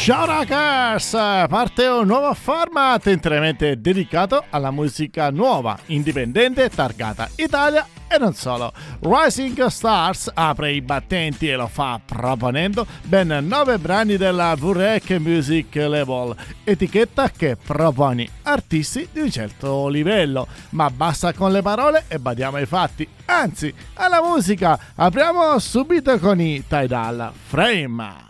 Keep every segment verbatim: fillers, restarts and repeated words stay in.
Ciao Rockers! Parte un nuovo format interamente dedicato alla musica nuova, indipendente, targata Italia e non solo. Rising Stars apre i battenti e lo fa proponendo ben nove brani della V-Rec Music Label, etichetta che propone artisti di un certo livello. Ma basta con le parole e badiamo ai fatti, anzi alla musica. Apriamo subito con i Tidal Frame.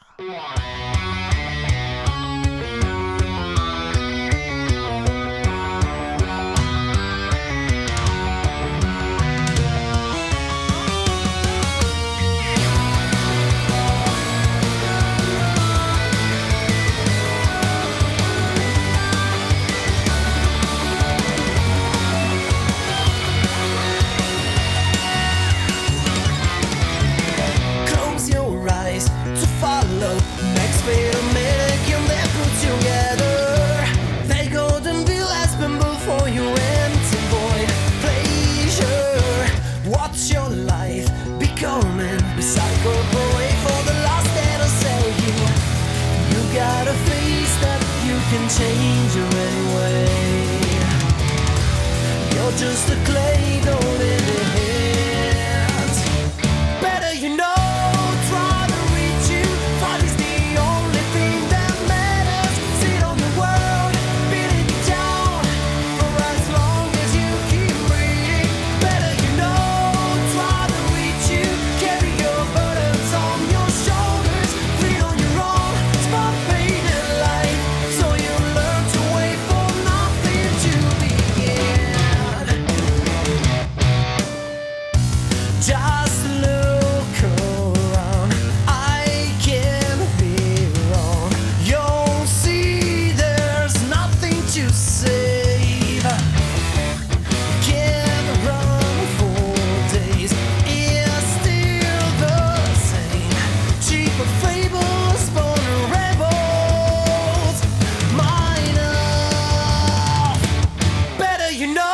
Change you anyway. You're just a clay doll in your hands. Better you know, try to reach you. Fun is the only thing that matters. Sit on the world, beating you down for as long as you keep breathing. Better you know, try to reach you. Carry your burdens on your shoulders. Free on your own, spot pain and life. So you just look around, I can't be wrong. You'll see there's nothing to save. Can't run for days, it's still the same. Cheaper fables, born rebels. Mine off. Better you know.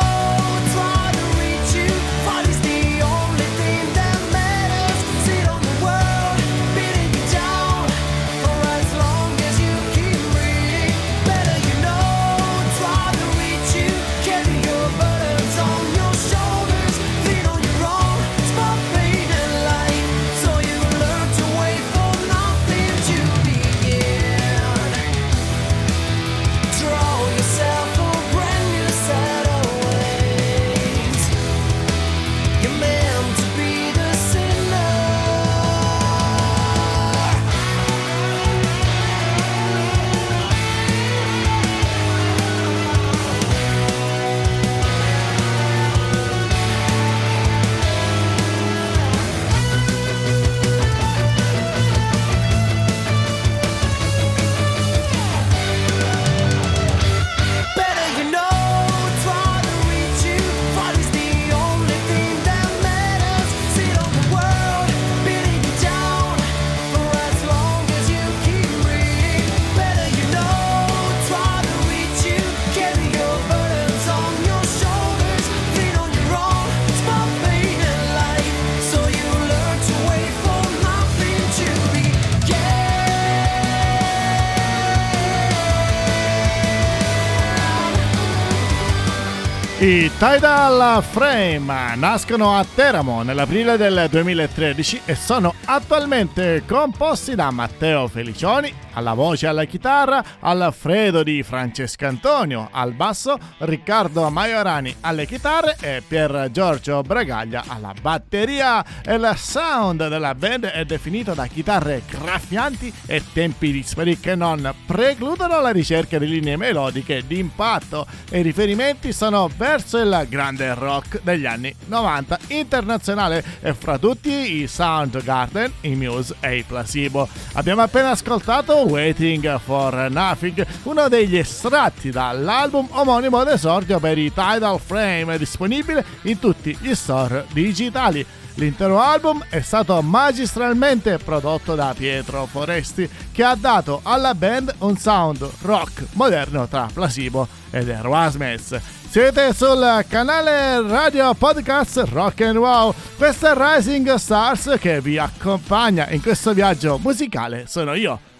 I Tidal Frame nascono a Teramo nell'aprile del duemilatredici e sono attualmente composti da Matteo Felicioni alla voce e alla chitarra, Alfredo Di Francescantonio al basso, Riccardo Maiorani alle chitarre e Pier Giorgio Bragaglia alla batteria. Il sound della band è definito da chitarre graffianti e tempi dispari che non precludono la ricerca di linee melodiche di impatto, e i riferimenti sono verso il grande rock degli anni novanta internazionale, e fra tutti i Soundgarden, i Muse e i Placebo. Abbiamo appena ascoltato Waiting for Nothing, uno degli estratti dall'album omonimo d'esordio per i Tidal Frame, disponibile in tutti gli store digitali. L'intero album è stato magistralmente prodotto da Pietro Foresti, che ha dato alla band un sound rock moderno tra Placebo ed Erasmus. Siete sul canale radio podcast Rock and Wow. Questo è Rising Stars che vi accompagna in questo viaggio musicale. Sono io,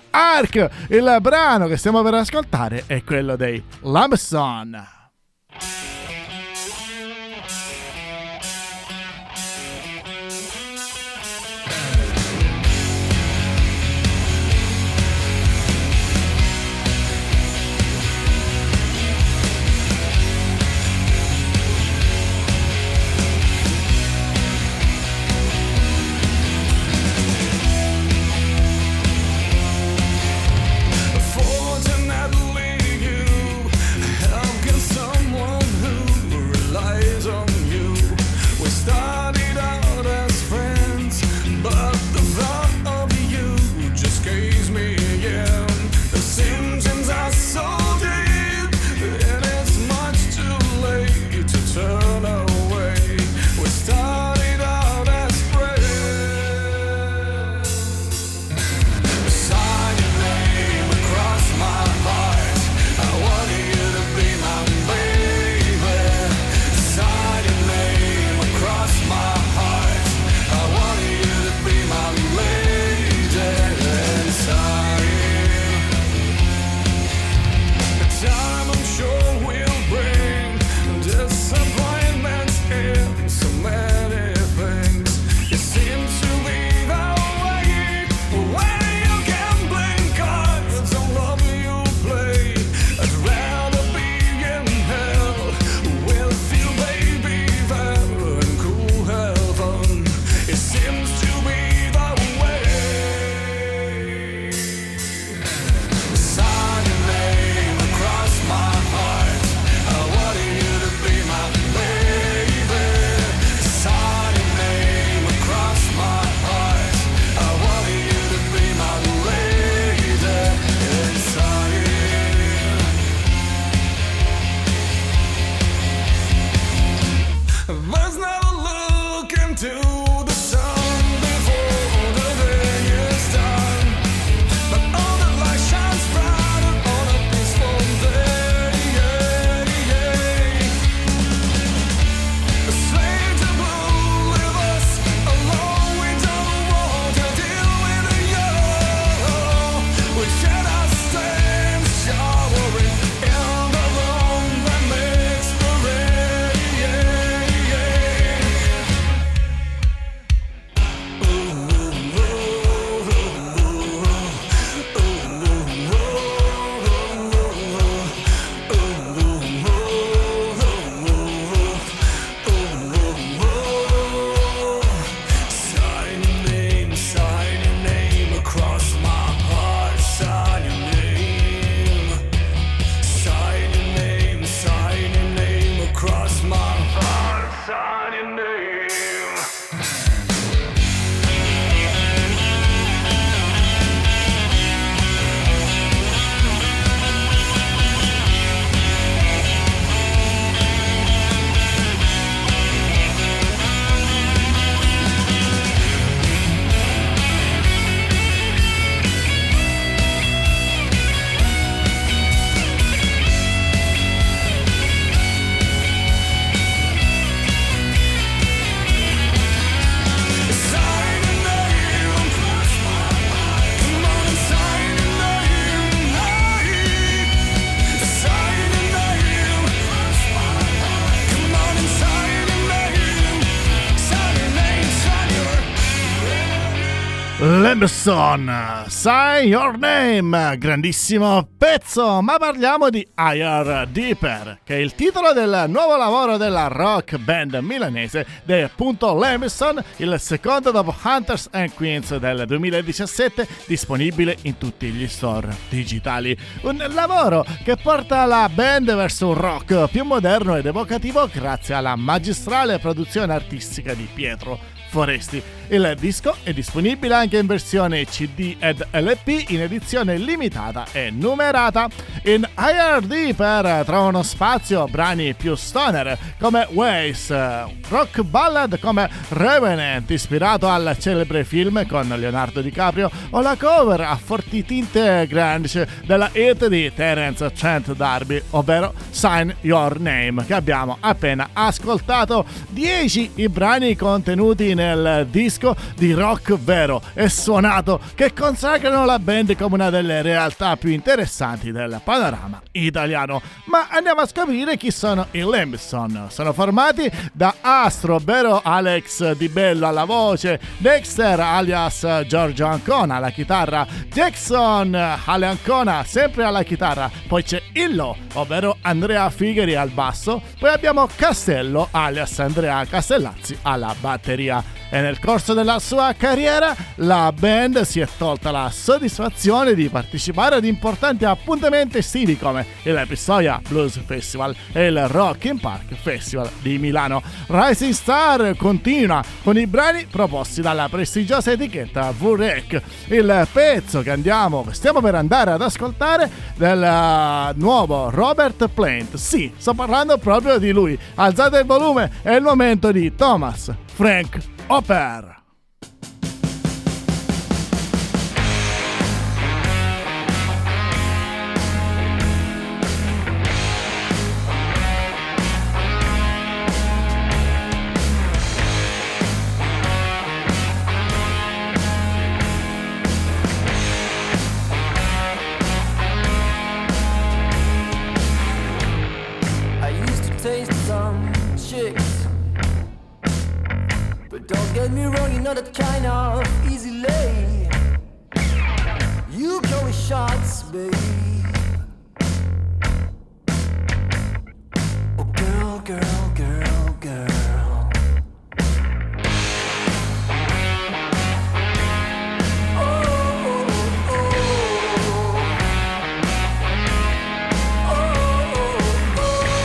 Ark. Il brano che stiamo per ascoltare è quello dei Lampson. Lampson, Say Your Name, grandissimo pezzo, ma parliamo di Higher Deeper, che è il titolo del nuovo lavoro della rock band milanese dei appunto Lampson, il secondo dopo Hunters and Queens del duemiladiciassette, disponibile in tutti gli store digitali. Un lavoro che porta la band verso un rock più moderno ed evocativo grazie alla magistrale produzione artistica di Pietro Foresti. Il disco è disponibile anche in versione C D ed L P in edizione limitata e numerata. In Higher Deeper trovano spazio brani più stoner come Ways, rock ballad come Revenant ispirato al celebre film con Leonardo DiCaprio, o la cover a forti tinte grunge della hit di Terence Trent D'Arby, ovvero Sign Your Name, che abbiamo appena ascoltato. dieci i brani contenuti nel disco di rock vero e suonato che consacrano la band come una delle realtà più interessanti del panorama italiano. Ma andiamo a scoprire chi sono i Limbson. Sono formati da Astro, ovvero Alex Di Bello alla voce, Dexter alias Giorgio Ancona alla chitarra, Jackson Ale Ancona sempre alla chitarra, poi c'è Illo, ovvero Andrea Figari al basso, poi abbiamo Castello alias Andrea Castellazzi alla batteria. E nel corso della sua carriera la band si è tolta la soddisfazione di partecipare ad importanti appuntamenti estivi come il Pistoia Blues Festival e il Rock in Park Festival di Milano. Rising Star continua con i brani proposti dalla prestigiosa etichetta V-Rec. Il pezzo che andiamo, stiamo per andare ad ascoltare del nuovo Robert Plant. Sì, sto parlando proprio di lui. Alzate il volume, è il momento di Thomas Frank Hopper. I used to taste some chicks, but don't get me wrong, you're not that kind of easy lay. You call me shots, babe. Oh girl, girl, girl, girl. Oh, oh, oh, oh. Oh, oh,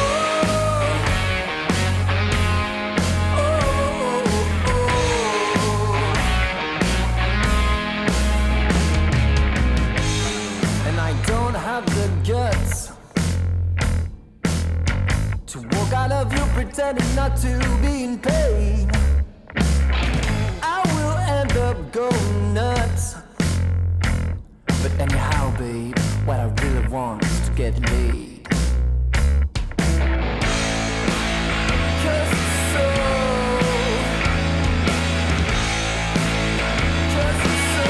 and I don't have the guts to walk out of you pretending not to be in pain. I will end up going nuts. But anyhow, babe, what I really want is to get laid. 'Cause it's so, 'cause it's so.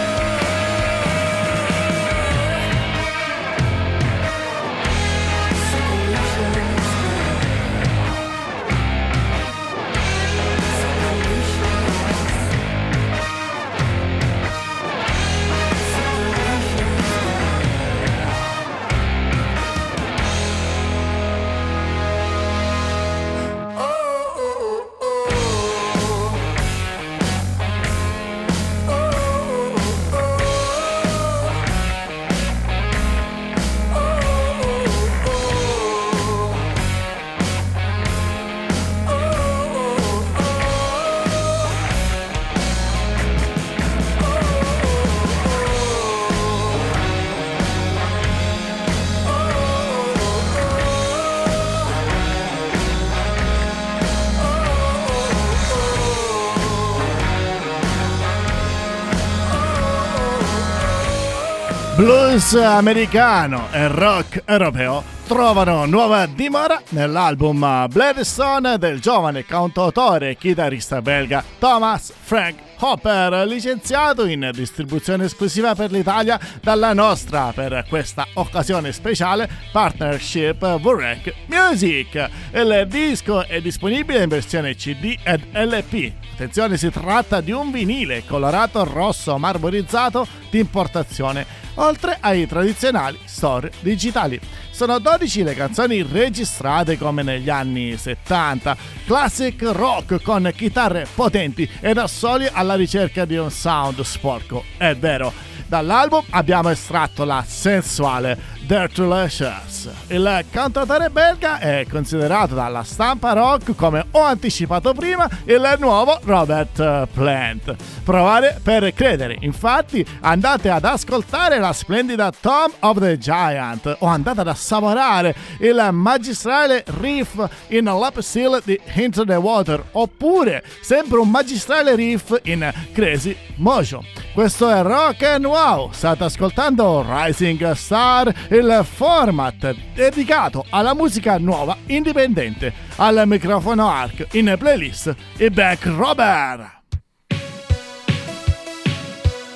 Blues americano e rock europeo trovano nuova dimora nell'album Bloodstone del giovane cantautore e chitarrista belga Thomas Frank Hopper, licenziato in distribuzione esclusiva per l'Italia dalla nostra, per questa occasione speciale, partnership V-Rec Music. Il disco è disponibile in versione C D ed L P. Attenzione, si tratta di un vinile colorato rosso marmorizzato di importazione, oltre ai tradizionali store digitali. Sono dodici le canzoni registrate come negli anni settanta, classic rock con chitarre potenti ed assoli alla ricerca di un sound sporco, è vero. Dall'album abbiamo estratto la sensuale Dirty Licious. Il cantautore belga è considerato dalla stampa rock, come ho anticipato prima, il nuovo Robert Plant. Provare per credere, infatti andate ad ascoltare la splendida Tomb of the Giant o andate ad assaporare il magistrale riff in Lap Steel di Into the Water, oppure sempre un magistrale riff in Crazy Motion. Questo è Rock and Wow, state ascoltando Rising Star, il format dedicato alla musica nuova indipendente. Al microfono Ark, in playlist e Back Robert.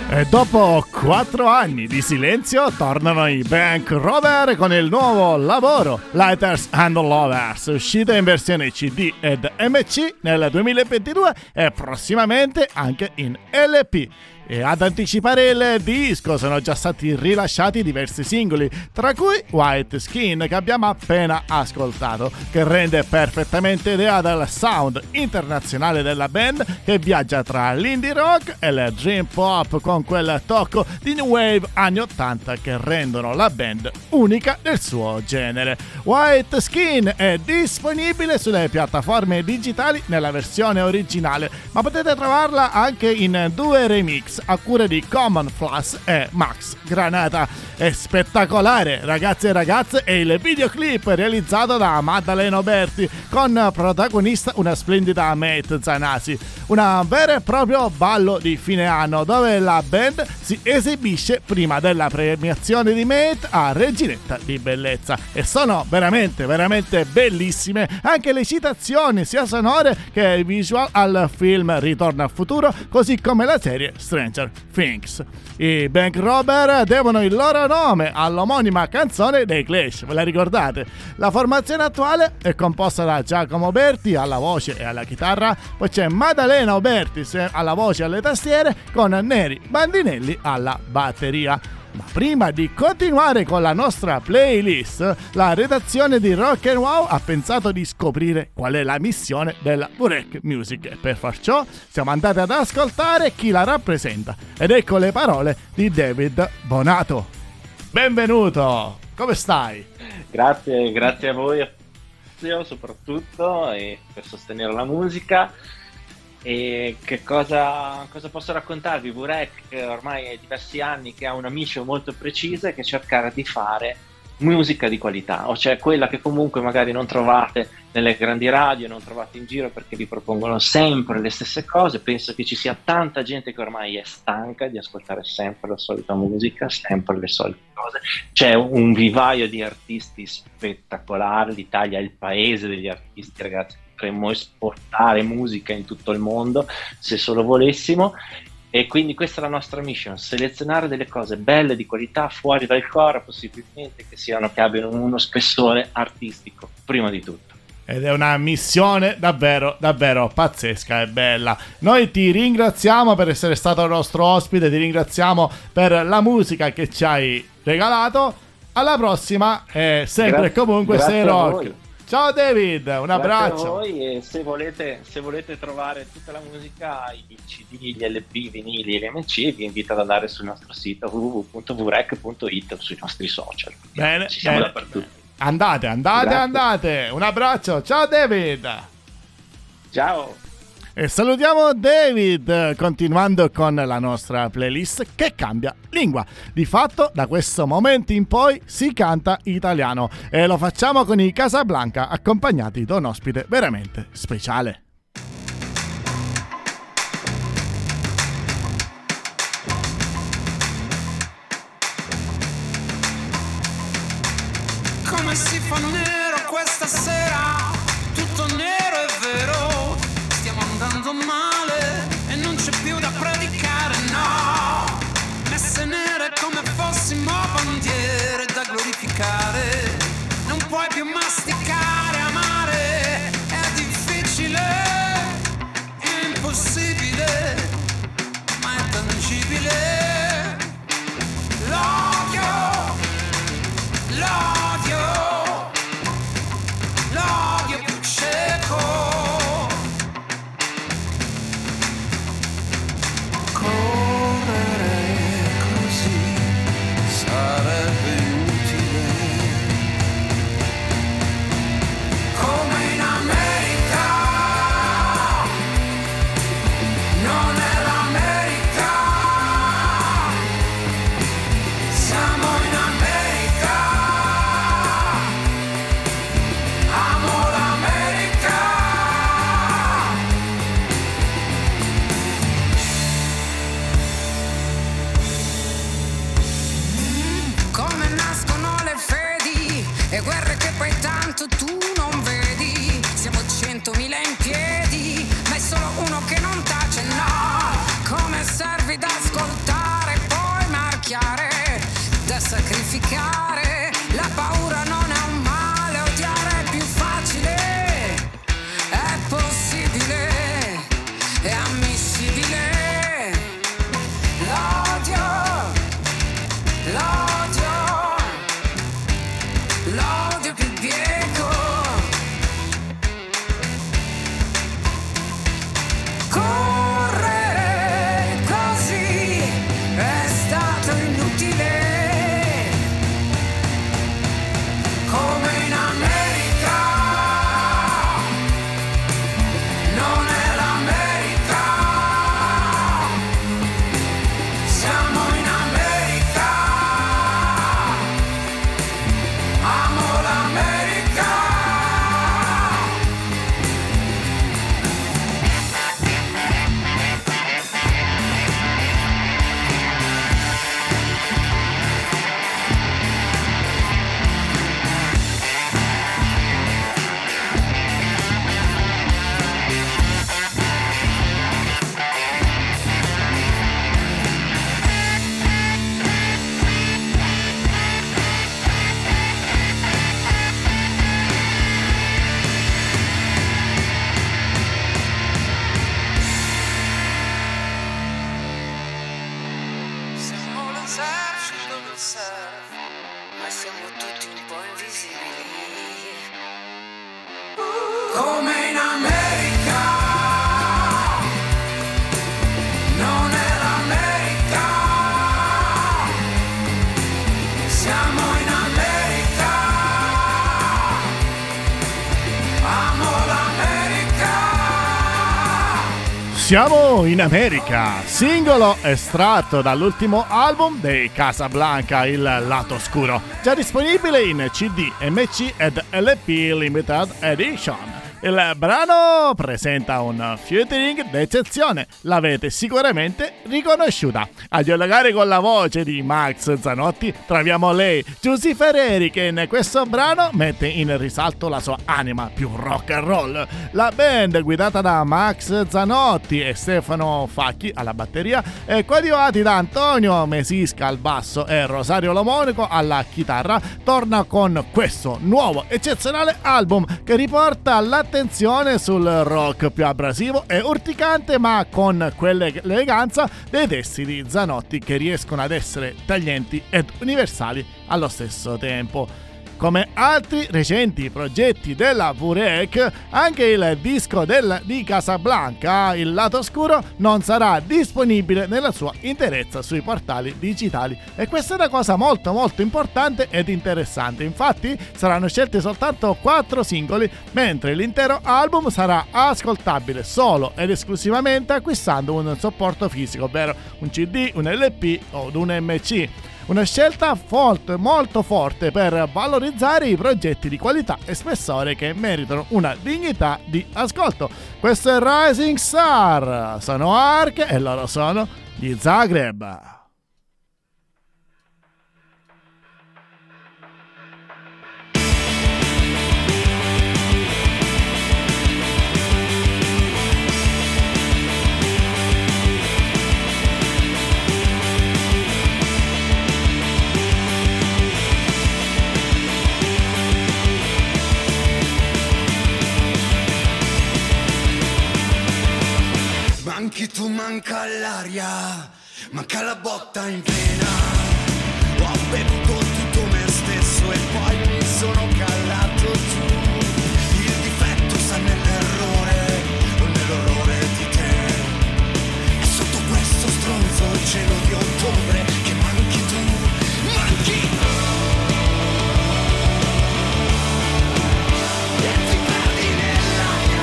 E dopo quattro anni di silenzio tornano i Bank Rover con il nuovo lavoro Lighters and Lovers, uscito in versione C D ed M C nel duemilaventidue e prossimamente anche in L P. E ad anticipare il disco sono già stati rilasciati diversi singoli, tra cui White Skin, che abbiamo appena ascoltato, che rende perfettamente idea del sound internazionale della band, che viaggia tra l'indie rock e il dream pop con quel tocco di new wave anni ottanta che rendono la band unica nel suo genere. White Skin è disponibile sulle piattaforme digitali nella versione originale, ma potete trovarla anche in due remix a cura di Common Flash e Max Granata. È spettacolare, ragazzi e ragazze, e il videoclip realizzato da Maddalena Oberti con protagonista una splendida Mate Zanasi, una vero e proprio ballo di fine anno dove la band si esibisce prima della premiazione di Mate a Reginetta di Bellezza, e sono veramente veramente bellissime anche le citazioni sia sonore che visual al film Ritorno al futuro, così come la serie Stranger Things. I Bank Rover devono il loro nome all'omonima canzone dei Clash, ve la ricordate? La formazione attuale è composta da Giacomo Berti alla voce e alla chitarra, poi c'è Maddalena Oberti alla voce e alle tastiere, con Neri Bandinelli alla batteria. Ma prima di continuare con la nostra playlist, la redazione di Rock and Wow ha pensato di scoprire qual è la missione della Burek Music, e per far ciò siamo andati ad ascoltare chi la rappresenta, ed ecco le parole di David Bonato. Benvenuto, come stai? Grazie, grazie a voi soprattutto, e per sostenere la musica. E che cosa, cosa posso raccontarvi? Burek ormai è diversi anni che ha una mission molto precisa, che è cercare di fare musica di qualità, o cioè quella che comunque magari non trovate nelle grandi radio, non trovate in giro, perché vi propongono sempre le stesse cose. Penso che ci sia tanta gente che ormai è stanca di ascoltare sempre la solita musica, sempre le solite cose. C'è un vivaio di artisti spettacolare, l'Italia è il paese degli artisti, ragazzi. Potremmo esportare musica in tutto il mondo se solo volessimo, e quindi questa è la nostra mission: selezionare delle cose belle, di qualità, fuori dal core, possibilmente che siano, che abbiano uno spessore artistico prima di tutto. Ed è una missione davvero davvero pazzesca e bella. Noi ti ringraziamo per essere stato il nostro ospite, ti ringraziamo per la musica che ci hai regalato. Alla prossima, e sempre e comunque sei rock. Ciao David, un Grazie abbraccio. a voi, e se volete, se volete trovare tutta la musica, i C D, gli L P, i vinili e gli M C, vi invito ad andare sul nostro sito w w w punto vurek punto it o sui nostri social. Bene, ci siamo bene. dappertutto. Andate, andate, Grazie. andate. Un abbraccio, ciao David. Ciao. E salutiamo David, continuando con la nostra playlist che cambia lingua. Di fatto, da questo momento in poi si canta italiano, e lo facciamo con i Casablanca, accompagnati da un ospite veramente speciale. Come si fa nero questa sera? Tutto nero è vero. Stiamo andando male e non c'è più da predicare, no. Messe nere come fossimo bandiere da glorificare. Non puoi più masticare, amare, è difficile. Siamo in America, singolo estratto dall'ultimo album dei Casablanca, il lato oscuro, già disponibile in C D, M C ed L P Limited Edition. Il brano presenta un featuring d'eccezione, l'avete sicuramente riconosciuta. A dialogare con la voce di Max Zanotti troviamo lei, Giusy Ferreri, che in questo brano mette in risalto la sua anima più rock and roll. La band, guidata da Max Zanotti e Stefano Facchi alla batteria, e coadiuvati da Antonio Mesisca al basso e Rosario Lomonico alla chitarra, torna con questo nuovo eccezionale album che riporta l'attenzione Attenzione sul rock più abrasivo e urticante, ma con quell'eleganza dei testi di Zanotti che riescono ad essere taglienti ed universali allo stesso tempo. Come altri recenti progetti della V R E C, anche il disco del, di Casablanca, il lato oscuro, non sarà disponibile nella sua interezza sui portali digitali, e questa è una cosa molto molto importante ed interessante. Infatti saranno scelti soltanto quattro singoli, mentre l'intero album sarà ascoltabile solo ed esclusivamente acquistando un supporto fisico, ovvero un C D, un L P o un M C. Una scelta forte, molto forte, per valorizzare i progetti di qualità e spessore che meritano una dignità di ascolto. Questo è Rising Star, sono Ark e loro sono gli Zagreb. Manchi tu, manca l'aria, manca la botta in vena. Ho bevuto tutto me stesso e poi mi sono calato giù. Il difetto sta nell'errore, non nell'orrore di te. È sotto questo stronzo cielo di ottobre che manchi tu, manchi. E ti perdi nell'aria.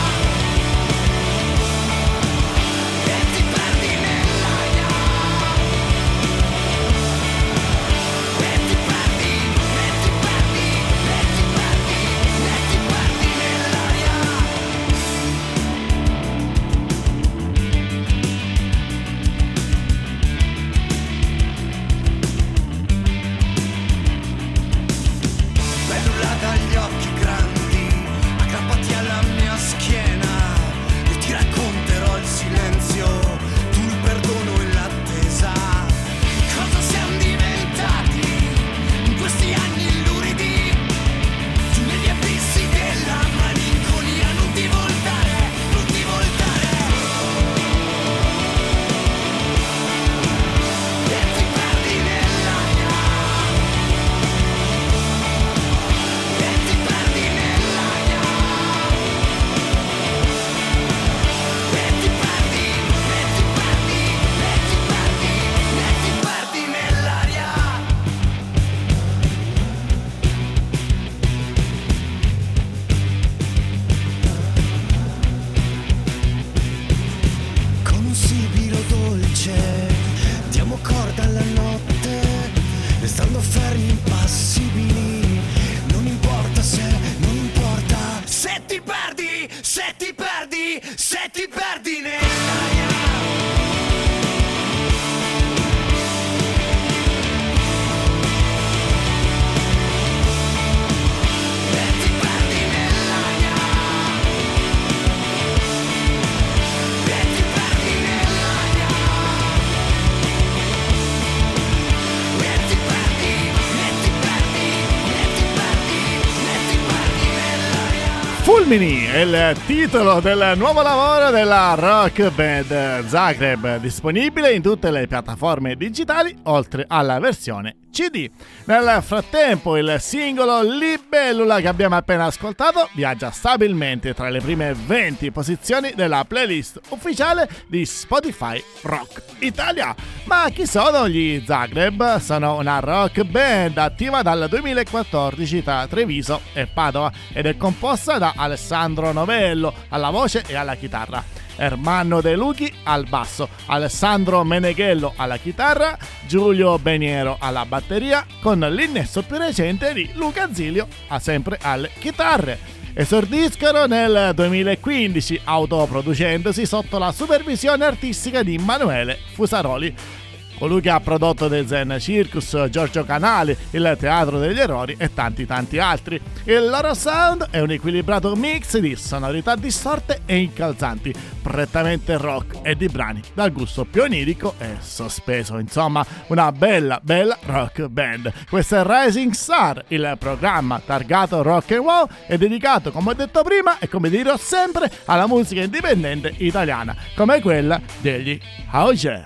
Dagli occhi grandi, aggrappati alla mia schiena, io ti racconterò il silenzio, tu il perdono e l'attesa. Cosa siamo diventati in questi anni luridi, giù negli abissi della malinconia. Non ti voltare, non ti voltare. E ti perdi nell'aria. Con un sibilo dolce diamo corda alla notte, restando fermi impassibili. Non importa se, non importa se ti perdi, se ti perdi, se ti perdi nell'aria. Fulmini è il titolo del nuovo lavoro della rock band Zagreb, disponibile in tutte le piattaforme digitali oltre alla versione C D. Nel frattempo il singolo Libellula che abbiamo appena ascoltato viaggia stabilmente tra le prime venti posizioni della playlist ufficiale di Spotify Rock Italia. Ma chi sono gli Zagreb? Sono una rock band attiva dal duemilaquattordici tra Treviso e Padova ed è composta da Alessandro Novello alla voce e alla chitarra, Ermanno De Lucchi al basso, Alessandro Meneghello alla chitarra, Giulio Beniero alla batteria, con l'innesto più recente di Luca Zilio a sempre alle chitarre. Esordiscono nel duemilaquindici autoproducendosi sotto la supervisione artistica di Manuele Fusaroli, colui che ha prodotto The Zen Circus, Giorgio Canali, Il Teatro degli Errori e tanti tanti altri. Il loro sound è un equilibrato mix di sonorità distorte e incalzanti, prettamente rock e di brani dal gusto più onirico e sospeso. Insomma, una bella bella rock band. Questo è Rising Star, il programma targato rock and roll e dedicato, come ho detto prima e come dirò sempre, alla musica indipendente italiana, come quella degli Auge.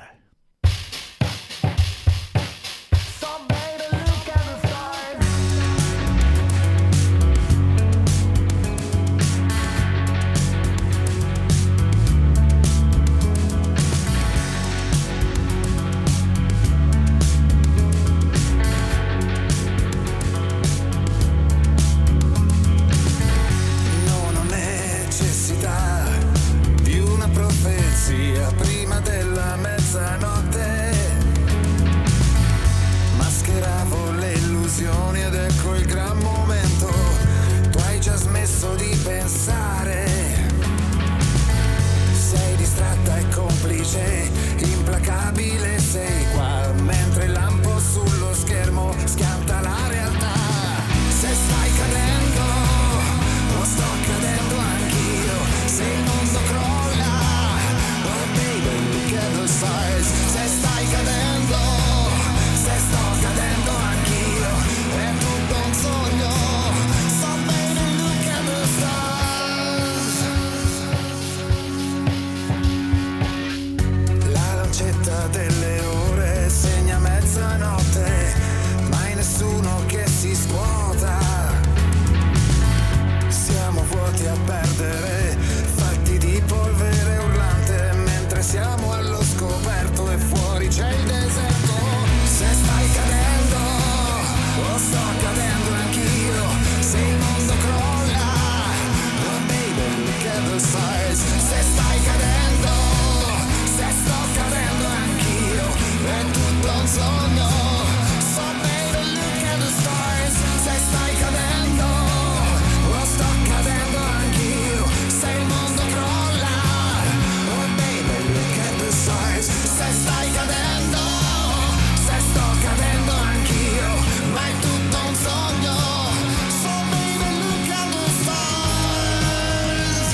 Prima della mezzanotte mascheravo le illusioni ed ecco il gran momento. Tu hai già smesso di pensare, sei distratta e complice, implacabile sei qua, mentre il lampo sullo schermo schianta la realtà. Se stai cadendo, lo sto cadendo anch'io, se il mondo crolla, se stai cadendo, se sto cadendo anch'io, è tutto un sogno. So baby, look at the stars. La lancetta delle ore segna mezzanotte, mai nessuno che si scuota. Siamo vuoti a perdere, fatti di polvere urlante, mentre siamo allo scoperto e fuori c'è il deserto. Se stai cadendo, lo sto cadendo anch'io, se il mondo crolla, oh baby, look at the stars. Se stai cadendo, se sto cadendo anch'io, è tutto un sogno. So baby, look at the stars. Se stai cadendo, lo sto cadendo anch'io, se il mondo crolla, oh baby, look at the stars. Se stai cadendo, se sto cadendo anch'io, ma è tutto un sogno. So baby, look at the stars.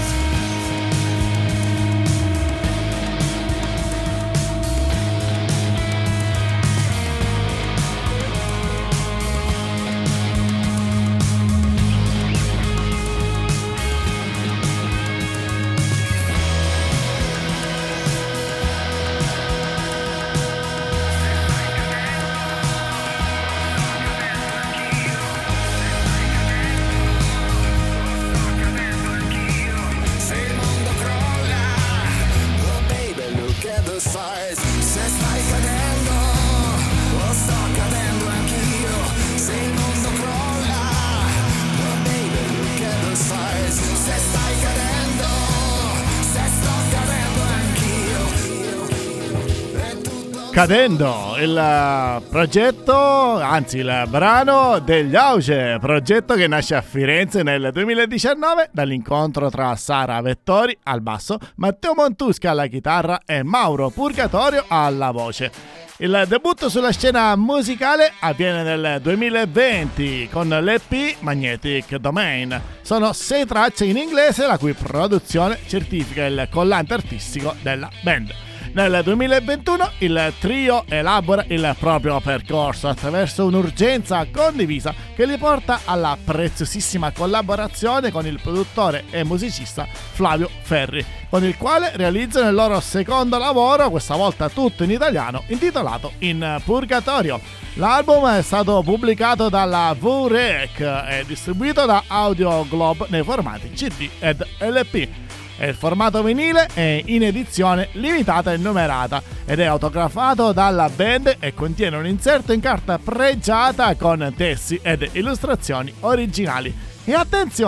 Se il mondo crolla, oh baby, look at the stars. Se stai cadendo, lo sto cadendo anch'io, se il mondo crolla, oh baby, look at the stars. Se stai cadendo, se sto cadendo anch'io, è tutto. Cadendo, il progetto, anzi il brano degli Auge, progetto che nasce a Firenze nel duemiladiciannove dall'incontro tra Sara Vettori al basso, Matteo Montusca alla chitarra e Mauro Purgatorio alla voce. Il debutto sulla scena musicale avviene nel duemilaventi con l'E P Magnetic Domain. Sono sei tracce in inglese la cui produzione certifica il collante artistico della band. Nel duemilaventuno il trio elabora il proprio percorso attraverso un'urgenza condivisa che li porta alla preziosissima collaborazione con il produttore e musicista Flavio Ferri, con il quale realizzano il loro secondo lavoro, questa volta tutto in italiano, intitolato In Purgatorio. L'album è stato pubblicato dalla V-Rec e distribuito da Audio Globe nei formati C D ed L P. E il formato vinile è in edizione limitata e numerata ed è autografato dalla band e contiene un inserto in carta pregiata con testi ed illustrazioni originali. E attenzione,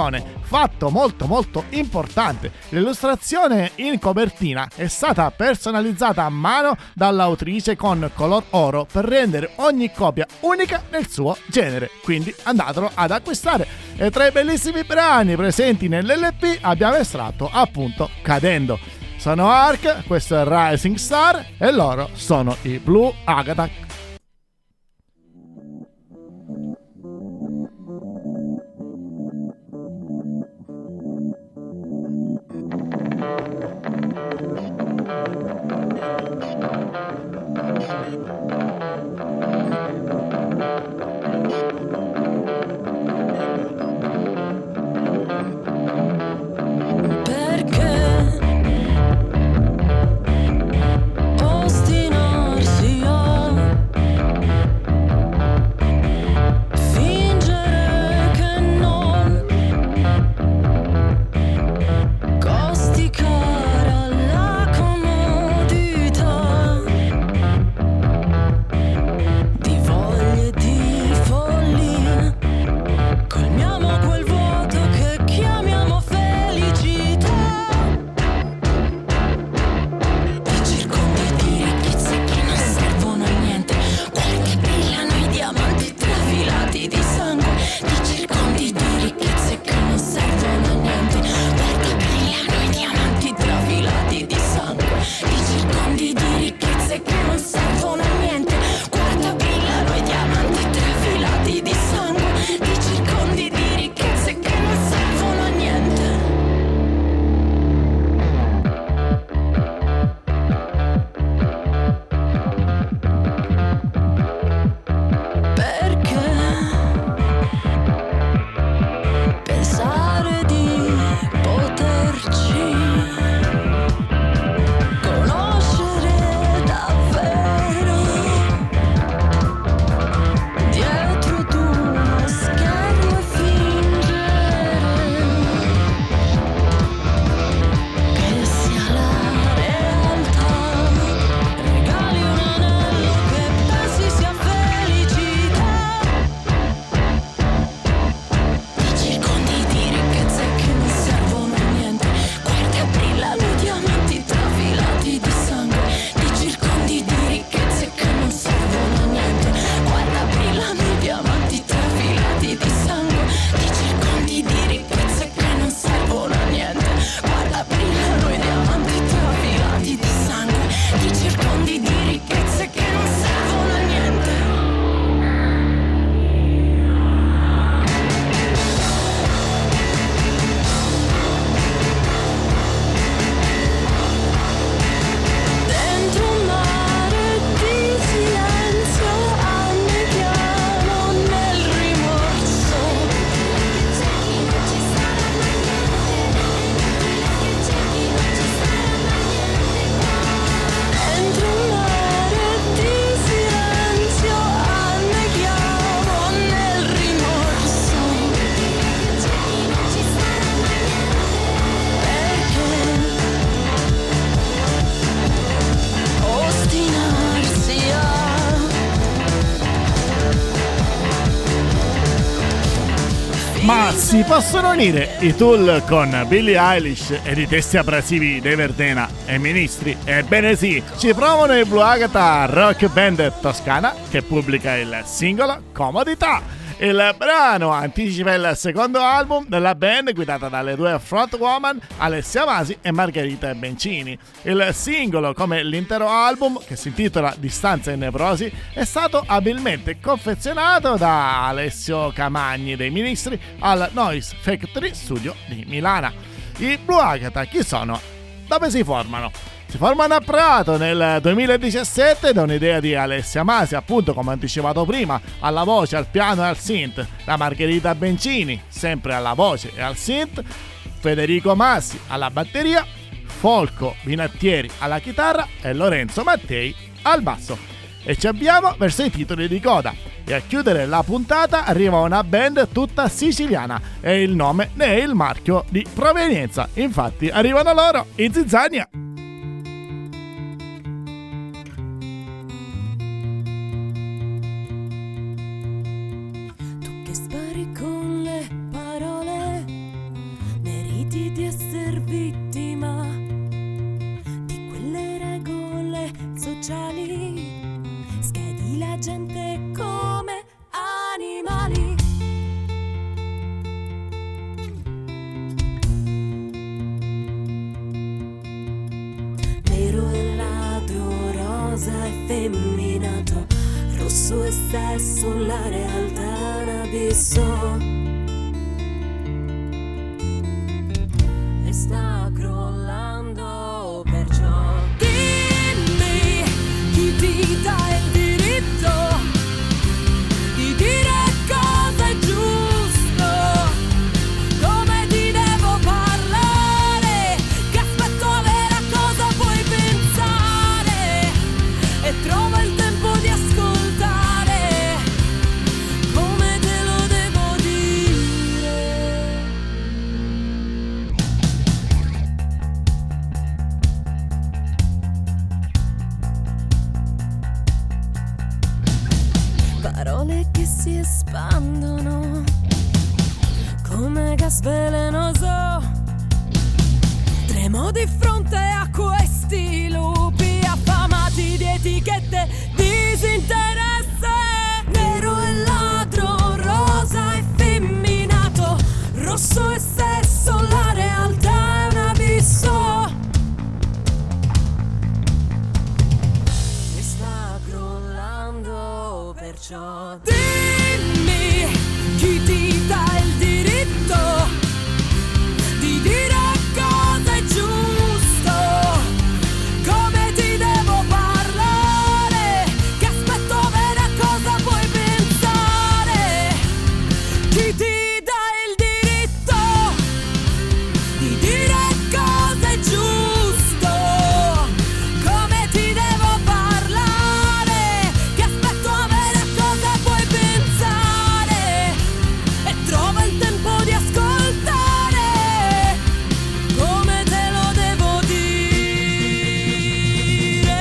fatto molto molto importante: l'illustrazione in copertina è stata personalizzata a mano dall'autrice con color oro per rendere ogni copia unica nel suo genere, quindi andatelo ad acquistare. E tra i bellissimi brani presenti nell'L P abbiamo estratto appunto Cadendo. Sono Ark, questo è Rising Star e loro sono i Blue Agatha. Ma si possono unire i Tool con Billie Eilish ed i testi abrasivi dei Verdena e Ministri? Ebbene sì, ci provano i Blue Agatha, rock band toscana che pubblica il singolo Comodità. Il brano anticipa il secondo album della band guidata dalle due frontwoman Alessia Masi e Margherita Bencini. Il singolo, come l'intero album, che si intitola Distanza e Nevrosi, è stato abilmente confezionato da Alessio Camagni dei Ministri al Noise Factory Studio di Milano. I Blue Agatha chi sono? Dove si formano? Si formano a Prato nel duemiladiciassette da un'idea di Alessia Masi, appunto come anticipato prima, alla voce, al piano e al synth, da Margherita Bencini, sempre alla voce e al synth, Federico Massi alla batteria, Folco Binattieri alla chitarra e Lorenzo Mattei al basso. E ci abbiamo verso i titoli di coda. E a chiudere la puntata arriva una band tutta siciliana e il nome ne è il marchio di provenienza. Infatti arrivano loro, i Zizzania. Con le parole rosa effeminato, rosso e stesso, la realtà è un abisso e sta crollando, perciò dimmi chi ti dà il diritto di dire cosa è giusto, come ti devo parlare, che aspetto avere, a cosa puoi pensare, e trovo il tempo di ascoltare, come te lo devo dire. Parole che si espandono come gas velenoso, tremo di fronte a questi lupi affamati di etichette, disinteresse, nero e ladro, rosa e femminato, rosso e sesso, la realtà è un abisso mi sta crollando, perciò dimmi chi ti dà il diritto di dire cosa è giusto, come ti devo parlare, che aspetto avere, a cosa puoi pensare, chi ti dà il diritto di dire cosa è giusto, come ti devo parlare, che aspetto avere, a cosa puoi pensare, e trova il tempo di ascoltare, come te lo devo dire.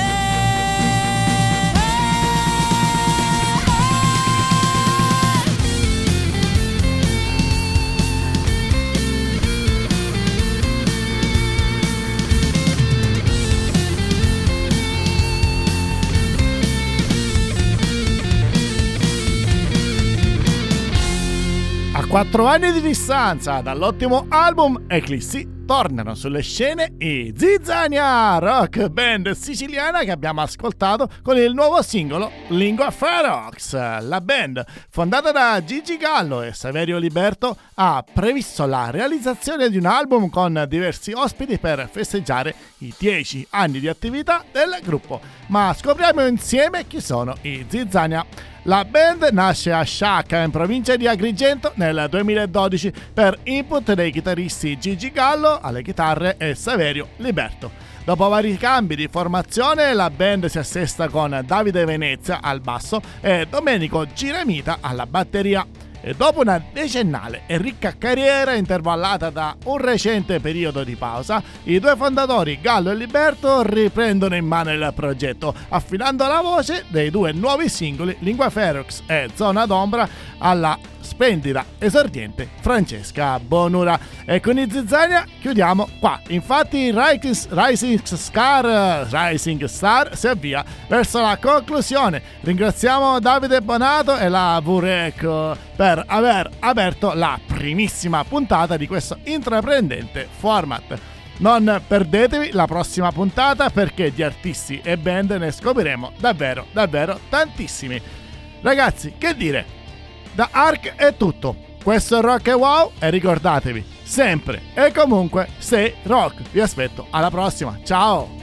A quattro anni di distanza dall'ottimo album Eclissi tornano sulle scene i Zizzania, rock band siciliana che abbiamo ascoltato con il nuovo singolo Lingua Ferox. La band, fondata da Gigi Gallo e Saverio Liberto, ha previsto la realizzazione di un album con diversi ospiti per festeggiare i dieci anni di attività del gruppo. Ma scopriamo insieme chi sono i Zizzania. La band nasce a Sciacca, in provincia di Agrigento, nel duemiladodici per input dei chitarristi Gigi Gallo alle chitarre e Saverio Liberto. Dopo vari cambi di formazione, la band si assesta con Davide Venezia al basso e Domenico Giremita alla batteria. E dopo una decennale e ricca carriera intervallata da un recente periodo di pausa, i due fondatori Gallo e Liberto riprendono in mano il progetto, affidando la voce dei due nuovi singoli Lingua Ferox e Zona d'Ombra alla splendida esordiente Francesca Bonura. E con i Zizzania chiudiamo qua. Infatti Rising, Rising Star Rising Star si avvia verso la conclusione. Ringraziamo Davide Bonato e la Vurec per aver aperto la primissima puntata di questo intraprendente format. Non perdetevi la prossima puntata, perché di artisti e band ne scopriremo davvero davvero tantissimi. Ragazzi, che dire? Da Ark è tutto. Questo è Rock e Wow e ricordatevi sempre e comunque stay rock. Vi aspetto alla prossima. Ciao!